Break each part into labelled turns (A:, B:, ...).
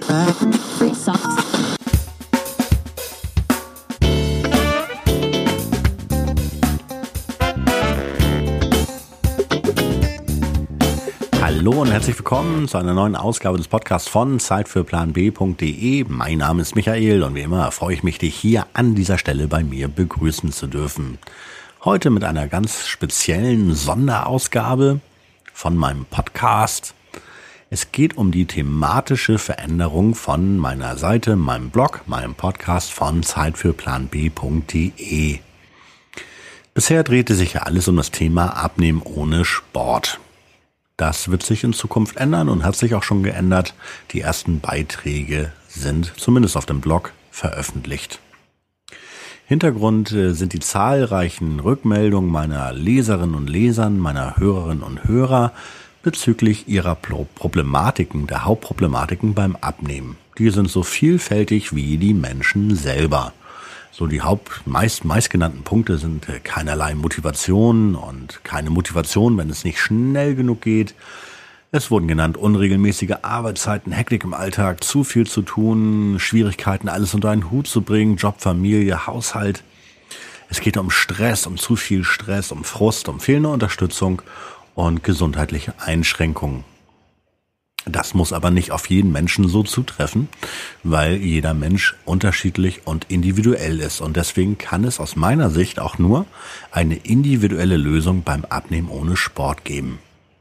A: Hallo und herzlich willkommen zu einer neuen Ausgabe des Podcasts von zeitfürplanb.de. Mein Name ist Michael und wie immer freue ich mich, dich hier an dieser Stelle bei mir begrüßen zu dürfen. Heute mit einer ganz speziellen Sonderausgabe von meinem Podcast. Es geht um die thematische Veränderung von meiner Seite, meinem Blog, meinem Podcast von zeitfürplanb.de. Bisher drehte sich ja alles um das Thema Abnehmen ohne Sport. Das wird sich in Zukunft ändern und hat sich auch schon geändert. Die ersten Beiträge sind zumindest auf dem Blog veröffentlicht. Hintergrund sind die zahlreichen Rückmeldungen meiner Leserinnen und Lesern, meiner Hörerinnen und Hörer bezüglich ihrer Problematiken, der Hauptproblematiken beim Abnehmen. Die sind so vielfältig wie die Menschen selber. So die meistgenannten Punkte sind keinerlei Motivation und keine Motivation, wenn es nicht schnell genug geht. Es wurden genannt unregelmäßige Arbeitszeiten, Hektik im Alltag, zu viel zu tun, Schwierigkeiten, alles unter einen Hut zu bringen, Job, Familie, Haushalt. Es geht um Stress, um zu viel Stress, um Frust, um fehlende Unterstützung und gesundheitliche Einschränkungen. Das muss aber nicht auf jeden Menschen so zutreffen, weil jeder Mensch unterschiedlich und individuell ist. Und deswegen kann es aus meiner Sicht auch nur eine individuelle Lösung beim Abnehmen ohne Sport geben.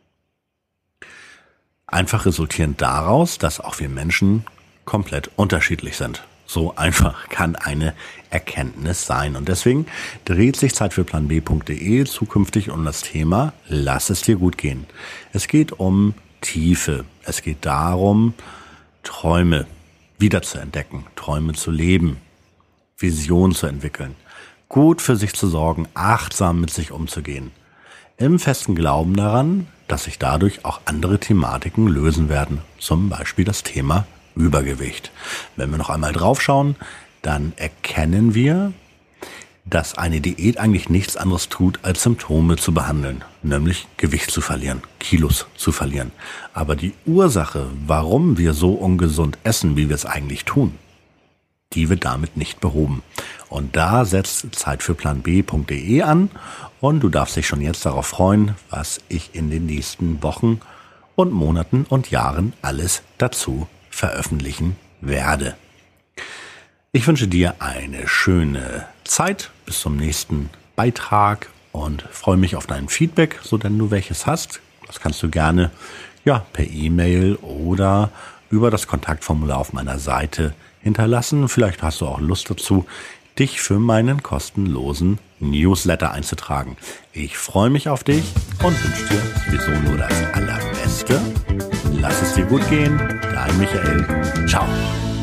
A: Einfach resultierend daraus, dass auch wir Menschen komplett unterschiedlich sind. So einfach kann eine Erkenntnis sein. Und deswegen dreht sich zeitfürplanb.de zukünftig um das Thema Lass es dir gut gehen. Es geht um Tiefe. Es geht darum, Träume wiederzuentdecken, Träume zu leben, Visionen zu entwickeln, gut für sich zu sorgen, achtsam mit sich umzugehen. Im festen Glauben daran, dass sich dadurch auch andere Thematiken lösen werden, zum Beispiel das Thema Übergewicht. Wenn wir noch einmal draufschauen, dann erkennen wir, dass eine Diät eigentlich nichts anderes tut, als Symptome zu behandeln, nämlich Gewicht zu verlieren, Kilos zu verlieren. Aber die Ursache, warum wir so ungesund essen, wie wir es eigentlich tun, die wird damit nicht behoben. Und da setzt zeitfürplanb.de an und du darfst dich schon jetzt darauf freuen, was ich in den nächsten Wochen und Monaten und Jahren alles dazu veröffentlichen werde. Ich wünsche dir eine schöne Zeit bis zum nächsten Beitrag und freue mich auf dein Feedback, so denn du welches hast. Das kannst du gerne per E-Mail oder über das Kontaktformular auf meiner Seite hinterlassen. Vielleicht hast du auch Lust dazu, dich für meinen kostenlosen Newsletter einzutragen. Ich freue mich auf dich und wünsche dir sowieso nur das Allerbeste. Lass es dir gut gehen. Dein Michael. Ciao.